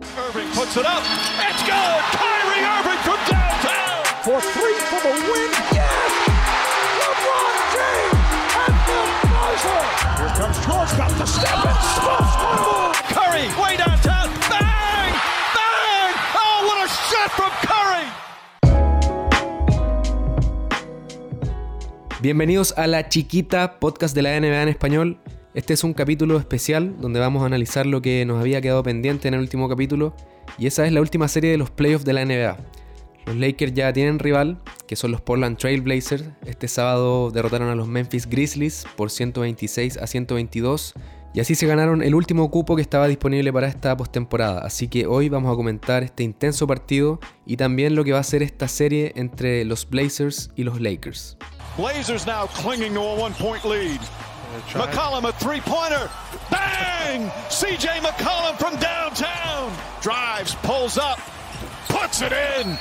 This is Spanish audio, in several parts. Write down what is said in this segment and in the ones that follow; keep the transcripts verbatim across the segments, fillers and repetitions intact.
Irving puts it up. It's good. Kyrie Irving from downtown. For three for the win. Yes! LeBron James at the buzzer. Here comes George, got the step and smokes one more. Curry way downtown. Bang! Bang! Oh, what a shot from Curry! Bienvenidos a La Chiquita, podcast de la N B A en español. Este es un capítulo especial donde vamos a analizar lo que nos había quedado pendiente en el último capítulo, y esa es la última serie de los playoffs de la N B A. Los Lakers ya tienen rival, que son los Portland Trail Blazers. Este sábado derrotaron a los Memphis Grizzlies por ciento veintiséis a ciento veintidós, y así se ganaron el último cupo que estaba disponible para esta postemporada. Así que hoy vamos a comentar este intenso partido y también lo que va a ser esta serie entre los Blazers y los Lakers. Blazers now clinging to a one-point lead. McCollum a three-pointer. Bang! C J McCollum from downtown. Drives, pulls up, puts it in.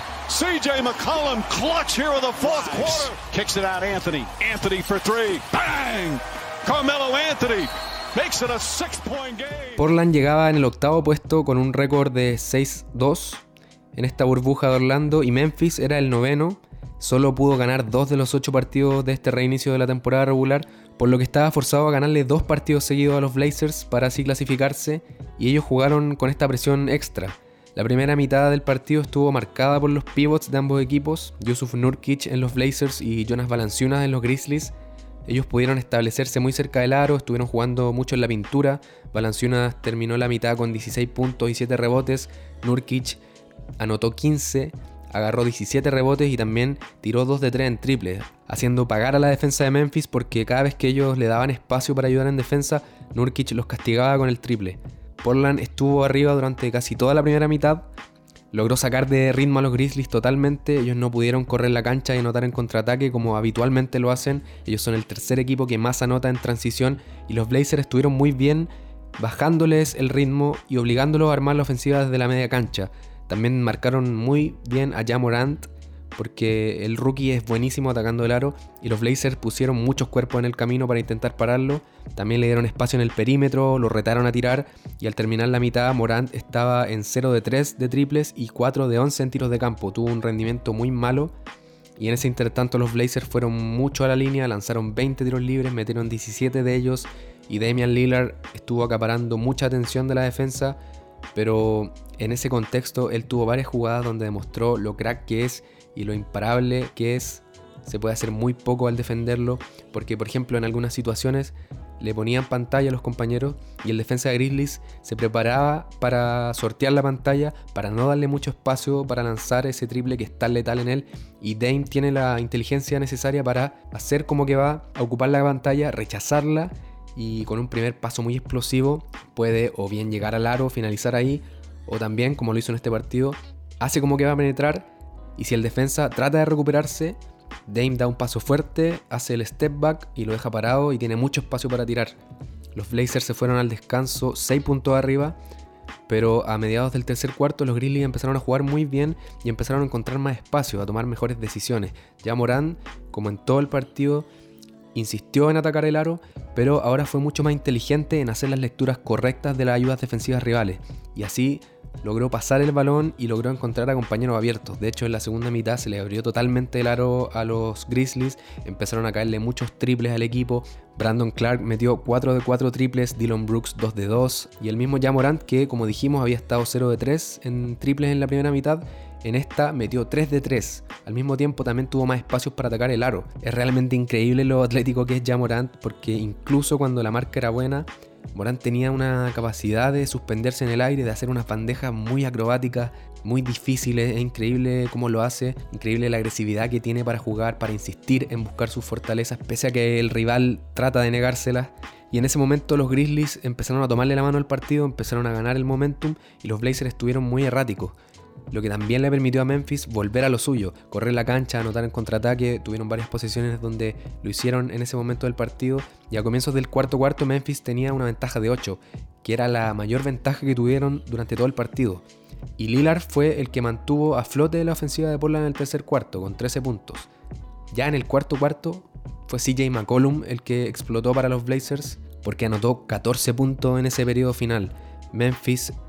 C J McCollum clutch here in the fourth quarter. Kicks it out Anthony. Anthony for three. Bang! Carmelo Anthony makes it a six-point game. Portland llegaba en el octavo puesto con un récord de seis dos en esta burbuja de Orlando, y Memphis era el noveno. Solo pudo ganar dos de los ocho partidos de este reinicio de la temporada regular, por lo que estaba forzado a ganarle dos partidos seguidos a los Blazers para así clasificarse, y ellos jugaron con esta presión extra. La primera mitad del partido estuvo marcada por los pivots de ambos equipos, Jusuf Nurkic en los Blazers y Jonas Valanciunas en los Grizzlies. Ellos pudieron establecerse muy cerca del aro, estuvieron jugando mucho en la pintura. Valanciunas terminó la mitad con dieciséis puntos y siete rebotes, Nurkic anotó quince, agarró diecisiete rebotes y también tiró dos de tres en triple, haciendo pagar a la defensa de Memphis porque cada vez que ellos le daban espacio para ayudar en defensa, Nurkic los castigaba con el triple. Portland estuvo arriba durante casi toda la primera mitad, logró sacar de ritmo a los Grizzlies totalmente. Ellos no pudieron correr la cancha y anotar en contraataque como habitualmente lo hacen. Ellos son el tercer equipo que más anota en transición, y los Blazers estuvieron muy bien bajándoles el ritmo y obligándolos a armar la ofensiva desde la media cancha. También marcaron muy bien a Ja Morant, porque el rookie es buenísimo atacando el aro, y los Blazers pusieron muchos cuerpos en el camino para intentar pararlo. También le dieron espacio en el perímetro, lo retaron a tirar, y al terminar la mitad Morant estaba en cero de tres de triples y cuatro de once en tiros de campo. Tuvo un rendimiento muy malo, y en ese intertanto los Blazers fueron mucho a la línea, lanzaron veinte tiros libres, metieron diecisiete de ellos, y Damian Lillard estuvo acaparando mucha atención de la defensa. Pero en ese contexto él tuvo varias jugadas donde demostró lo crack que es y lo imparable que es. Se puede hacer muy poco al defenderlo, porque por ejemplo en algunas situaciones le ponían pantalla a los compañeros y el defensa de Grizzlies se preparaba para sortear la pantalla, para no darle mucho espacio para lanzar ese triple que es tan letal en él, y Dame tiene la inteligencia necesaria para hacer como que va a ocupar la pantalla, rechazarla, y con un primer paso muy explosivo puede o bien llegar al aro, finalizar ahí, o también, como lo hizo en este partido, hace como que va a penetrar, y si el defensa trata de recuperarse, Dame da un paso fuerte, hace el step back y lo deja parado y tiene mucho espacio para tirar. Los Blazers se fueron al descanso seis puntos arriba, pero a mediados del tercer cuarto los Grizzlies empezaron a jugar muy bien y empezaron a encontrar más espacio, a tomar mejores decisiones. Ja Morant, como en todo el partido, insistió en atacar el aro, pero ahora fue mucho más inteligente en hacer las lecturas correctas de las ayudas defensivas rivales, y así logró pasar el balón y logró encontrar a compañeros abiertos. De hecho, en la segunda mitad se le abrió totalmente el aro a los Grizzlies, empezaron a caerle muchos triples al equipo. Brandon Clark metió cuatro de cuatro triples, Dillon Brooks dos de dos, y el mismo Ja Morant, que como dijimos había estado cero de tres en triples en la primera mitad, en esta metió tres de tres. Al mismo tiempo también tuvo más espacios para atacar el aro. Es realmente increíble lo atlético que es Ja Morant, porque incluso cuando la marca era buena, Morant tenía una capacidad de suspenderse en el aire, de hacer unas bandejas muy acrobáticas, muy difíciles. Es increíble cómo lo hace, increíble la agresividad que tiene para jugar, para insistir en buscar sus fortalezas, pese a que el rival trata de negárselas. Y en ese momento los Grizzlies empezaron a tomarle la mano al partido, empezaron a ganar el momentum, y los Blazers estuvieron muy erráticos, lo que también le permitió a Memphis volver a lo suyo, correr la cancha, anotar en contraataque. Tuvieron varias posesiones donde lo hicieron en ese momento del partido, y a comienzos del cuarto cuarto Memphis tenía una ventaja de ocho, que era la mayor ventaja que tuvieron durante todo el partido, y Lillard fue el que mantuvo a flote la ofensiva de Portland en el tercer cuarto con trece puntos. Ya en el cuarto cuarto fue C J McCollum el que explotó para los Blazers, porque anotó catorce puntos en ese periodo final. Memphis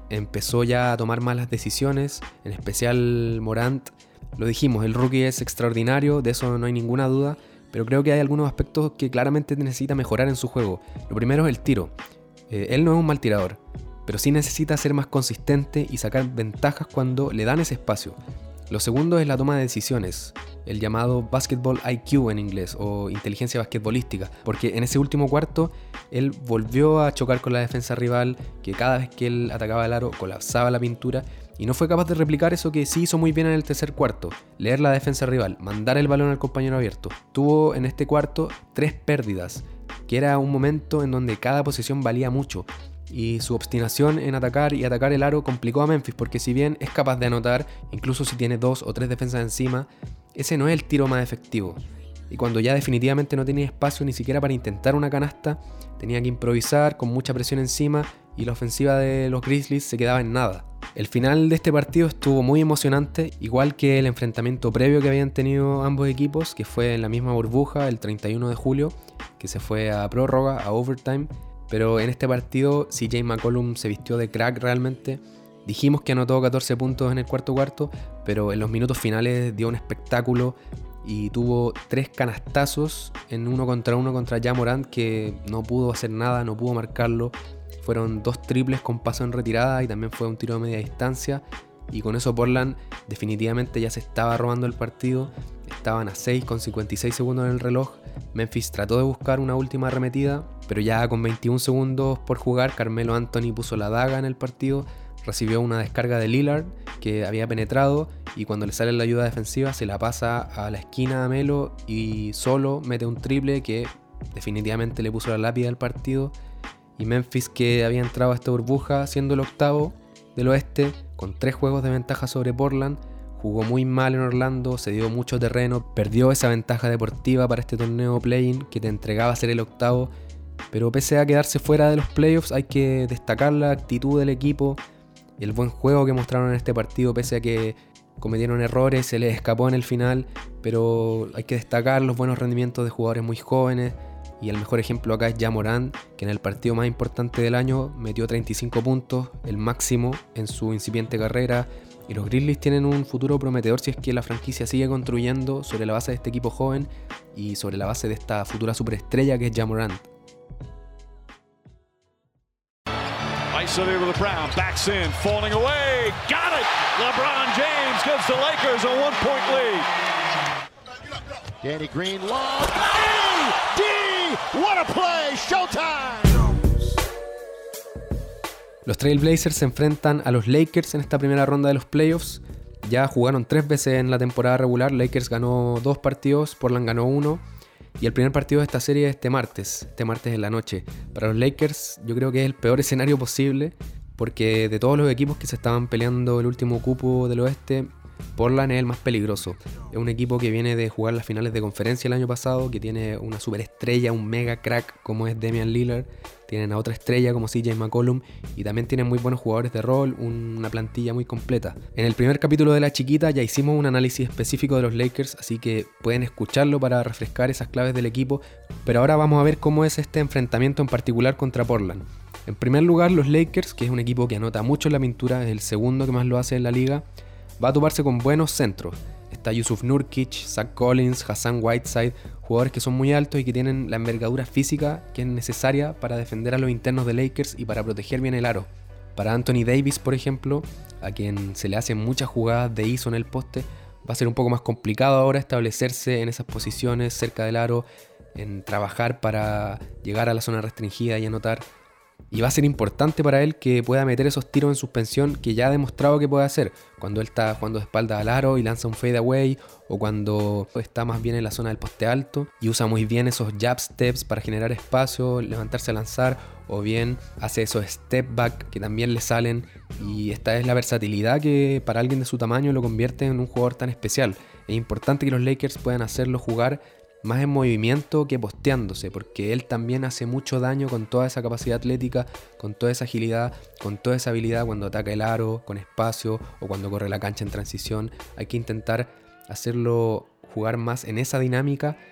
empezó ya a tomar malas decisiones, en especial Morant. Lo dijimos, el rookie es extraordinario, de eso no hay ninguna duda, pero creo que hay algunos aspectos que claramente necesita mejorar en su juego. Lo primero es el tiro. Eh, él no es un mal tirador, pero sí necesita ser más consistente y sacar ventajas cuando le dan ese espacio. Lo segundo es la toma de decisiones, el llamado basketball I Q en inglés, o inteligencia basquetbolística, porque en ese último cuarto él volvió a chocar con la defensa rival, que cada vez que él atacaba el aro colapsaba la pintura, y no fue capaz de replicar eso que sí hizo muy bien en el tercer cuarto: leer la defensa rival, mandar el balón al compañero abierto. Tuvo en este cuarto tres pérdidas, que era un momento en donde cada posesión valía mucho, y su obstinación en atacar y atacar el aro complicó a Memphis, porque si bien es capaz de anotar, incluso si tiene dos o tres defensas encima, ese no es el tiro más efectivo. Y cuando ya definitivamente no tenía espacio ni siquiera para intentar una canasta, tenía que improvisar con mucha presión encima, y la ofensiva de los Grizzlies se quedaba en nada. El final de este partido estuvo muy emocionante, igual que el enfrentamiento previo que habían tenido ambos equipos, que fue en la misma burbuja el treinta y uno de julio, que se fue a prórroga, a overtime. Pero en este partido C J McCollum se vistió de crack realmente. Dijimos que anotó catorce puntos en el cuarto cuarto, pero en los minutos finales dio un espectáculo y tuvo tres canastazos en uno contra uno contra Ja Morant, que no pudo hacer nada, no pudo marcarlo. Fueron dos triples con paso en retirada y también fue un tiro de media distancia, y con eso Portland definitivamente ya se estaba robando el partido. Estaban a seis con cincuenta y seis segundos en el reloj. Memphis trató de buscar una última arremetida, pero ya con veintiún segundos por jugar, Carmelo Anthony puso la daga en el partido, recibió una descarga de Lillard que había penetrado, y cuando le sale la ayuda defensiva se la pasa a la esquina a Melo y solo mete un triple que definitivamente le puso la lápida al partido. Y Memphis, que había entrado a esta burbuja siendo el octavo del oeste, con tres juegos de ventaja sobre Portland, jugó muy mal en Orlando, se dio mucho terreno, perdió esa ventaja deportiva para este torneo play-in que te entregaba a ser el octavo. Pero pese a quedarse fuera de los playoffs, hay que destacar la actitud del equipo y el buen juego que mostraron en este partido, pese a que cometieron errores, se les escapó en el final, pero hay que destacar los buenos rendimientos de jugadores muy jóvenes. Y el mejor ejemplo acá es Ja Morant, que en el partido más importante del año metió treinta y cinco puntos, el máximo en su incipiente carrera. Y los Grizzlies tienen un futuro prometedor si es que la franquicia sigue construyendo sobre la base de este equipo joven y sobre la base de esta futura superestrella que es Ja Morant. Isolated with Brown, backs in, falling away, got it! LeBron James gives the Lakers a one-point lead. Danny Green long, D! What a play! Showtime! Los Trail Blazers se enfrentan a los Lakers en esta primera ronda de los playoffs. Ya jugaron tres veces en la temporada regular. Lakers ganó dos partidos, Portland ganó uno. Y el primer partido de esta serie es este martes, este martes en la noche. Para los Lakers yo creo que es el peor escenario posible, porque de todos los equipos que se estaban peleando el último cupo del oeste, Portland es el más peligroso. Es un equipo que viene de jugar las finales de conferencia el año pasado, que tiene una superestrella, un mega crack como es Damian Lillard. Tienen a otra estrella como C J McCollum y también tienen muy buenos jugadores de rol, una plantilla muy completa. En el primer capítulo de La Chiquita ya hicimos un análisis específico de los Lakers, así que pueden escucharlo para refrescar esas claves del equipo. Pero ahora vamos a ver cómo es este enfrentamiento en particular contra Portland. En primer lugar, los Lakers, que es un equipo que anota mucho en la pintura, es el segundo que más lo hace en la liga, va a toparse con buenos centros. Está Yusuf Nurkic, Zach Collins, Hassan Whiteside, jugadores que son muy altos y que tienen la envergadura física que es necesaria para defender a los internos de Lakers y para proteger bien el aro. Para Anthony Davis, por ejemplo, a quien se le hacen muchas jugadas de I S O en el poste, va a ser un poco más complicado ahora establecerse en esas posiciones cerca del aro, en trabajar para llegar a la zona restringida y anotar. Y va a ser importante para él que pueda meter esos tiros en suspensión que ya ha demostrado que puede hacer, cuando él está jugando de espalda al aro y lanza un fade away, o cuando está más bien en la zona del poste alto y usa muy bien esos jab steps para generar espacio, levantarse a lanzar, o bien hace esos step back que también le salen. Y esta es la versatilidad que para alguien de su tamaño lo convierte en un jugador tan especial. Es importante que los Lakers puedan hacerlo jugar más en movimiento que posteándose, porque él también hace mucho daño con toda esa capacidad atlética, con toda esa agilidad, con toda esa habilidad cuando ataca el aro, con espacio, o cuando corre la cancha en transición. Hay que intentar hacerlo jugar más en esa dinámica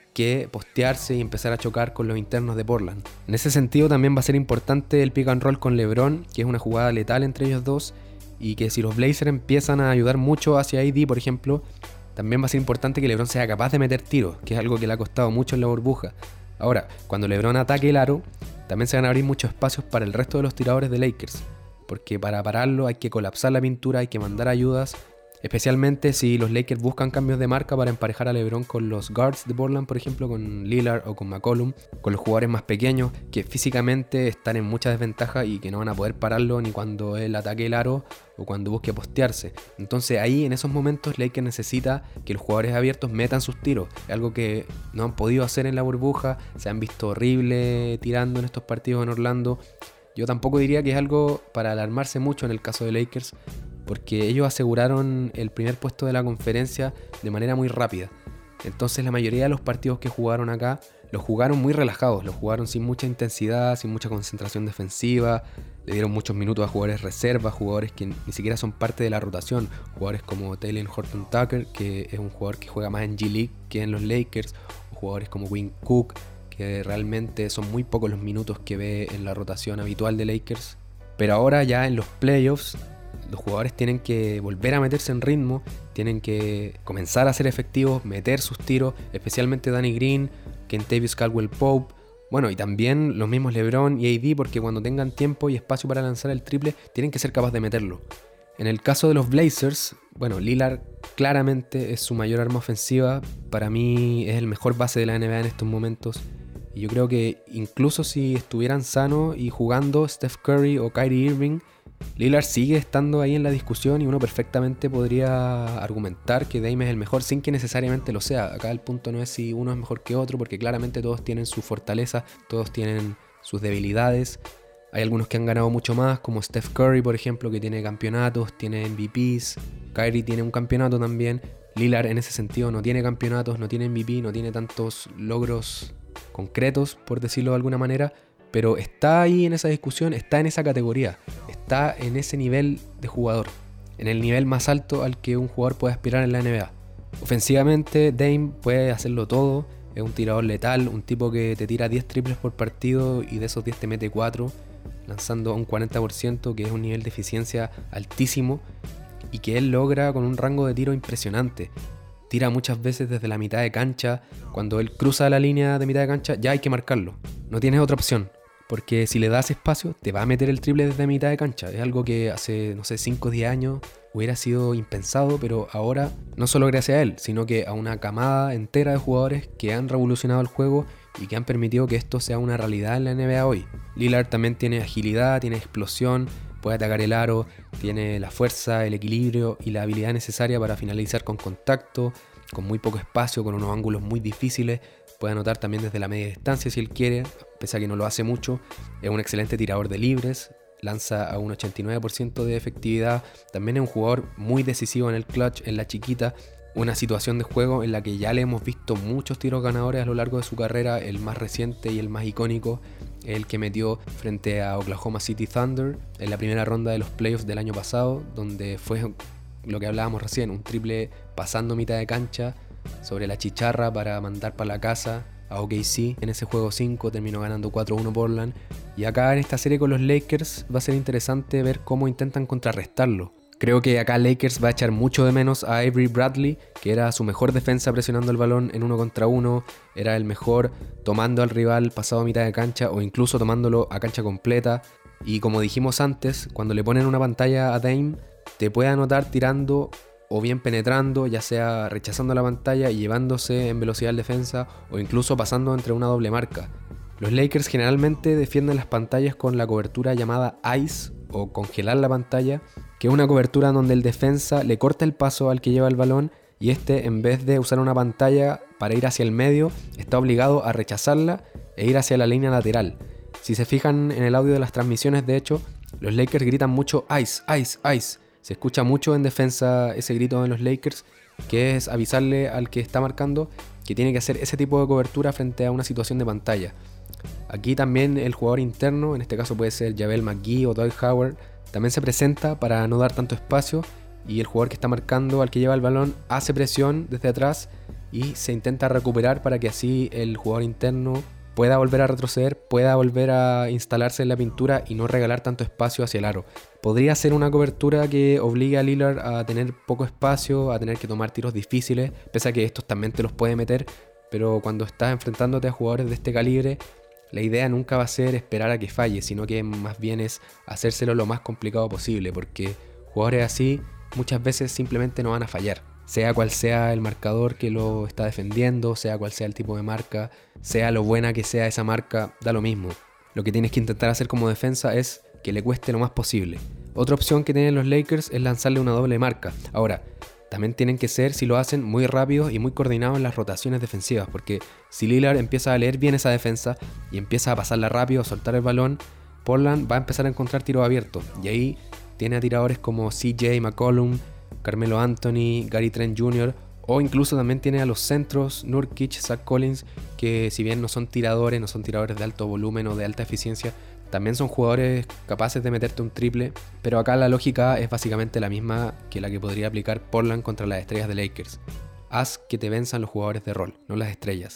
que postearse y empezar a chocar con los internos de Portland. En ese sentido también va a ser importante el pick and roll con LeBron, que es una jugada letal entre ellos dos, y que si los Blazers empiezan a ayudar mucho hacia A D, por ejemplo, también va a ser importante que LeBron sea capaz de meter tiros, que es algo que le ha costado mucho en la burbuja. Ahora, cuando LeBron ataque el aro, también se van a abrir muchos espacios para el resto de los tiradores de Lakers, porque para pararlo hay que colapsar la pintura, hay que mandar ayudas, especialmente si los Lakers buscan cambios de marca para emparejar a LeBron con los guards de Portland, por ejemplo, con Lillard o con McCollum, con los jugadores más pequeños que físicamente están en mucha desventaja y que no van a poder pararlo ni cuando él ataque el aro o cuando busque postearse. Entonces ahí en esos momentos Lakers necesita que los jugadores abiertos metan sus tiros, es algo que no han podido hacer en la burbuja, se han visto horrible tirando en estos partidos en Orlando. Yo tampoco diría que es algo para alarmarse mucho en el caso de Lakers, porque ellos aseguraron el primer puesto de la conferencia de manera muy rápida. Entonces la mayoría de los partidos que jugaron acá los jugaron muy relajados, los jugaron sin mucha intensidad, sin mucha concentración defensiva, le dieron muchos minutos a jugadores reservas, jugadores que ni siquiera son parte de la rotación, jugadores como Talen Horton-Tucker, que es un jugador que juega más en G League que en los Lakers, o jugadores como Quinn Cook, que realmente son muy pocos los minutos que ve en la rotación habitual de Lakers. Pero ahora ya en los playoffs los jugadores tienen que volver a meterse en ritmo, tienen que comenzar a ser efectivos, meter sus tiros, especialmente Danny Green, Kentavious Caldwell-Pope, bueno, y también los mismos LeBron y A D, porque cuando tengan tiempo y espacio para lanzar el triple, tienen que ser capaces de meterlo. En el caso de los Blazers, bueno, Lillard claramente es su mayor arma ofensiva, para mí es el mejor base de la N B A en estos momentos, y yo creo que incluso si estuvieran sanos y jugando Steph Curry o Kyrie Irving, Lillard sigue estando ahí en la discusión y uno perfectamente podría argumentar que Dame es el mejor sin que necesariamente lo sea. Acá el punto no es si uno es mejor que otro, porque claramente todos tienen su fortaleza, todos tienen sus debilidades. Hay algunos que han ganado mucho más, como Steph Curry, por ejemplo, que tiene campeonatos, tiene M V Ps. Kyrie tiene un campeonato también. Lillard en ese sentido no tiene campeonatos, no tiene M V P, no tiene tantos logros concretos, por decirlo de alguna manera. Pero está ahí en esa discusión, está en esa categoría, está en ese nivel de jugador, en el nivel más alto al que un jugador puede aspirar en la N B A. Ofensivamente, Dame puede hacerlo todo, es un tirador letal, un tipo que te tira diez triples por partido y de esos diez te mete cuatro, lanzando a un cuarenta por ciento, que es un nivel de eficiencia altísimo y que él logra con un rango de tiro impresionante. Tira muchas veces desde la mitad de cancha, cuando él cruza la línea de mitad de cancha ya hay que marcarlo, no tienes otra opción. Porque si le das espacio, te va a meter el triple desde mitad de cancha. Es algo que hace, no sé, cinco o diez años hubiera sido impensado, pero ahora, no solo gracias a él, sino que a una camada entera de jugadores que han revolucionado el juego y que han permitido que esto sea una realidad en la N B A hoy. Lillard también tiene agilidad, tiene explosión, puede atacar el aro, tiene la fuerza, el equilibrio y la habilidad necesaria para finalizar con contacto, con muy poco espacio, con unos ángulos muy difíciles. Puede anotar también desde la media distancia si él quiere, pese a que no lo hace mucho. Es un excelente tirador de libres, lanza a un ochenta y nueve por ciento de efectividad. También es un jugador muy decisivo en el clutch, en la chiquita. Una situación de juego en la que ya le hemos visto muchos tiros ganadores a lo largo de su carrera. El más reciente y el más icónico, el que metió frente a Oklahoma City Thunder en la primera ronda de los playoffs del año pasado, donde fue lo que hablábamos recién, un triple pasando mitad de cancha sobre la chicharra para mandar para la casa a O K C. En ese juego cinco terminó ganando cuatro uno Portland, y acá en esta serie con los Lakers va a ser interesante ver cómo intentan contrarrestarlo. Creo que acá Lakers va a echar mucho de menos a Avery Bradley, que era su mejor defensa presionando el balón en uno contra uno, era el mejor tomando al rival pasado a mitad de cancha o incluso tomándolo a cancha completa. Y como dijimos antes, cuando le ponen una pantalla a Dame, te puede anotar tirando o bien penetrando, ya sea rechazando la pantalla y llevándose en velocidad al defensa, o incluso pasando entre una doble marca. Los Lakers generalmente defienden las pantallas con la cobertura llamada ice o congelar la pantalla, que es una cobertura donde el defensa le corta el paso al que lleva el balón y este, en vez de usar una pantalla para ir hacia el medio, está obligado a rechazarla e ir hacia la línea lateral. Si se fijan en el audio de las transmisiones, de hecho, los Lakers gritan mucho ice, ice, ice. Se escucha mucho en defensa ese grito de los Lakers, que es avisarle al que está marcando que tiene que hacer ese tipo de cobertura frente a una situación de pantalla. Aquí también el jugador interno, en este caso puede ser JaVale McGee o Dwight Howard, también se presenta para no dar tanto espacio, y el jugador que está marcando al que lleva el balón hace presión desde atrás y se intenta recuperar para que así el jugador interno pueda volver a retroceder, pueda volver a instalarse en la pintura y no regalar tanto espacio hacia el aro. Podría ser una cobertura que obligue a Lillard a tener poco espacio, a tener que tomar tiros difíciles, pese a que estos también te los puede meter, pero cuando estás enfrentándote a jugadores de este calibre, la idea nunca va a ser esperar a que falle, sino que más bien es hacérselo lo más complicado posible, porque jugadores así muchas veces simplemente no van a fallar. Sea cual sea el marcador que lo está defendiendo, sea cual sea el tipo de marca, sea lo buena que sea esa marca, da lo mismo. Lo que tienes que intentar hacer como defensa es que le cueste lo más posible. Otra opción que tienen los Lakers es lanzarle una doble marca. Ahora, también tienen que ser, si lo hacen, muy rápidos y muy coordinados en las rotaciones defensivas, porque si Lillard empieza a leer bien esa defensa y empieza a pasarla rápido, a soltar el balón, Portland va a empezar a encontrar tiros abiertos. Y ahí tiene a tiradores como C J McCollum, Carmelo Anthony, Gary Trent junior, o incluso también tiene a los centros Nurkic, Zach Collins, que si bien no son tiradores, no son tiradores de alto volumen o de alta eficiencia, también son jugadores capaces de meterte un triple, pero acá la lógica es básicamente la misma que la que podría aplicar Portland contra las estrellas de Lakers. Haz que te venzan los jugadores de rol, no las estrellas.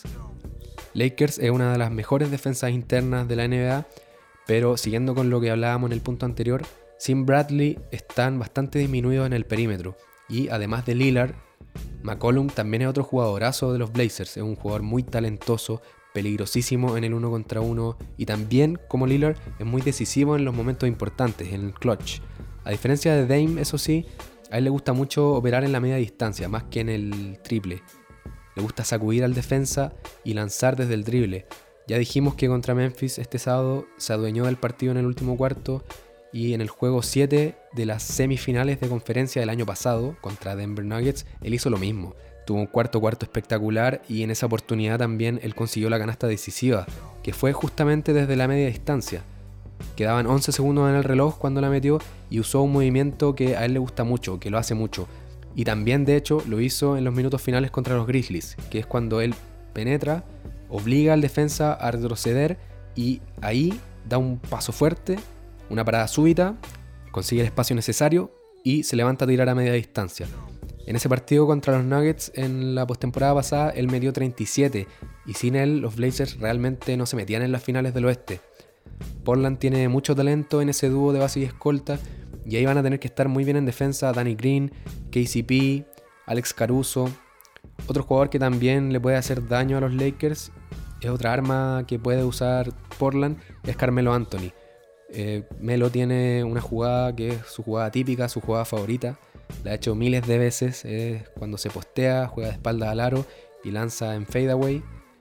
Lakers es una de las mejores defensas internas de la N B A, pero siguiendo con lo que hablábamos en el punto anterior, sin Bradley están bastante disminuidos en el perímetro, y además de Lillard, McCollum también es otro jugadorazo de los Blazers, es un jugador muy talentoso, peligrosísimo en el uno contra uno y también, como Lillard, es muy decisivo en los momentos importantes, en el clutch. A diferencia de Dame, eso sí, a él le gusta mucho operar en la media distancia, más que en el triple. Le gusta sacudir al defensa y lanzar desde el drible. Ya dijimos que contra Memphis este sábado se adueñó del partido en el último cuarto y en el juego siete de las semifinales de conferencia del año pasado contra Denver Nuggets, él hizo lo mismo. Tuvo un cuarto cuarto espectacular y en esa oportunidad también él consiguió la canasta decisiva, que fue justamente desde la media distancia. Quedaban once segundos en el reloj cuando la metió y usó un movimiento que a él le gusta mucho, que lo hace mucho. Y también de hecho lo hizo en los minutos finales contra los Grizzlies, que es cuando él penetra, obliga al defensa a retroceder y ahí da un paso fuerte, una parada súbita, consigue el espacio necesario y se levanta a tirar a media distancia. En ese partido contra los Nuggets en la postemporada pasada él metió treinta y siete y sin él los Blazers realmente no se metían en las finales del oeste. Portland tiene mucho talento en ese dúo de base y escolta y ahí van a tener que estar muy bien en defensa Danny Green, K C P, Alex Caruso. Otro jugador que también le puede hacer daño a los Lakers, es otra arma que puede usar Portland, es Carmelo Anthony. Eh, Melo tiene una jugada que es su jugada típica, su jugada favorita. La ha hecho miles de veces, es cuando se postea, juega de espaldas al aro y lanza en fadeaway.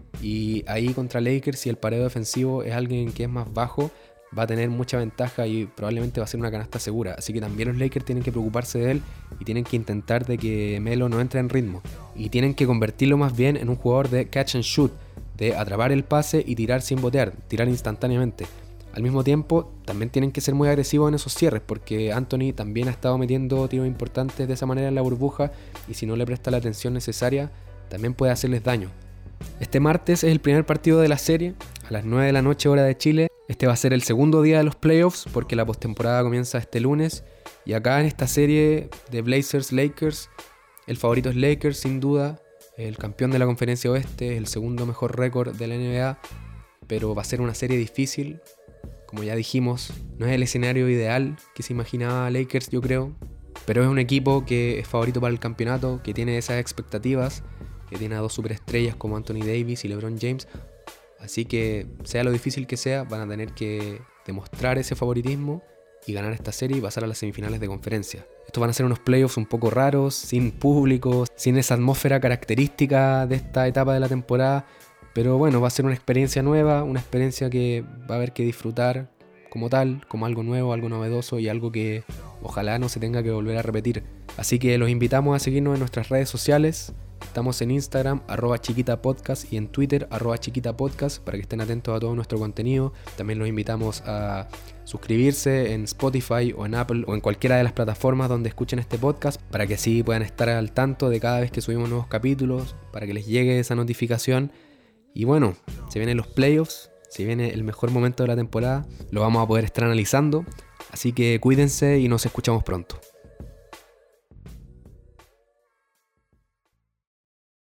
Y ahí contra Lakers, si el pareo defensivo es alguien que es más bajo, va a tener mucha ventaja y probablemente va a ser una canasta segura. Así que también los Lakers tienen que preocuparse de él y tienen que intentar de que Melo no entre en ritmo. Y tienen que convertirlo más bien en un jugador de catch and shoot, de atrapar el pase y tirar sin botear, tirar instantáneamente. Al mismo tiempo, también tienen que ser muy agresivos en esos cierres, porque Anthony también ha estado metiendo tiros importantes de esa manera en la burbuja y si no le presta la atención necesaria, también puede hacerles daño. Este martes es el primer partido de la serie, a las nueve de la noche hora de Chile. Este va a ser el segundo día de los playoffs, porque la postemporada comienza este lunes. Y acá en esta serie de Blazers-Lakers, el favorito es Lakers sin duda, el campeón de la conferencia oeste, el segundo mejor récord de la N B A, pero va a ser una serie difícil. Como ya dijimos, no es el escenario ideal que se imaginaba Lakers, yo creo, pero es un equipo que es favorito para el campeonato, que tiene esas expectativas, que tiene a dos superestrellas como Anthony Davis y LeBron James, así que sea lo difícil que sea, van a tener que demostrar ese favoritismo y ganar esta serie y pasar a las semifinales de conferencia. Estos van a ser unos playoffs un poco raros, sin público, sin esa atmósfera característica de esta etapa de la temporada. Pero bueno, va a ser una experiencia nueva, una experiencia que va a haber que disfrutar como tal, como algo nuevo, algo novedoso y algo que ojalá no se tenga que volver a repetir. Así que los invitamos a seguirnos en nuestras redes sociales. Estamos en Instagram, arroba chiquitapodcast, y en Twitter, arroba chiquitapodcast, para que estén atentos a todo nuestro contenido. También los invitamos a suscribirse en Spotify o en Apple o en cualquiera de las plataformas donde escuchen este podcast, para que así puedan estar al tanto de cada vez que subimos nuevos capítulos, para que les llegue esa notificación. Y bueno, se vienen los playoffs, se viene el mejor momento de la temporada, lo vamos a poder estar analizando, así que cuídense y nos escuchamos pronto.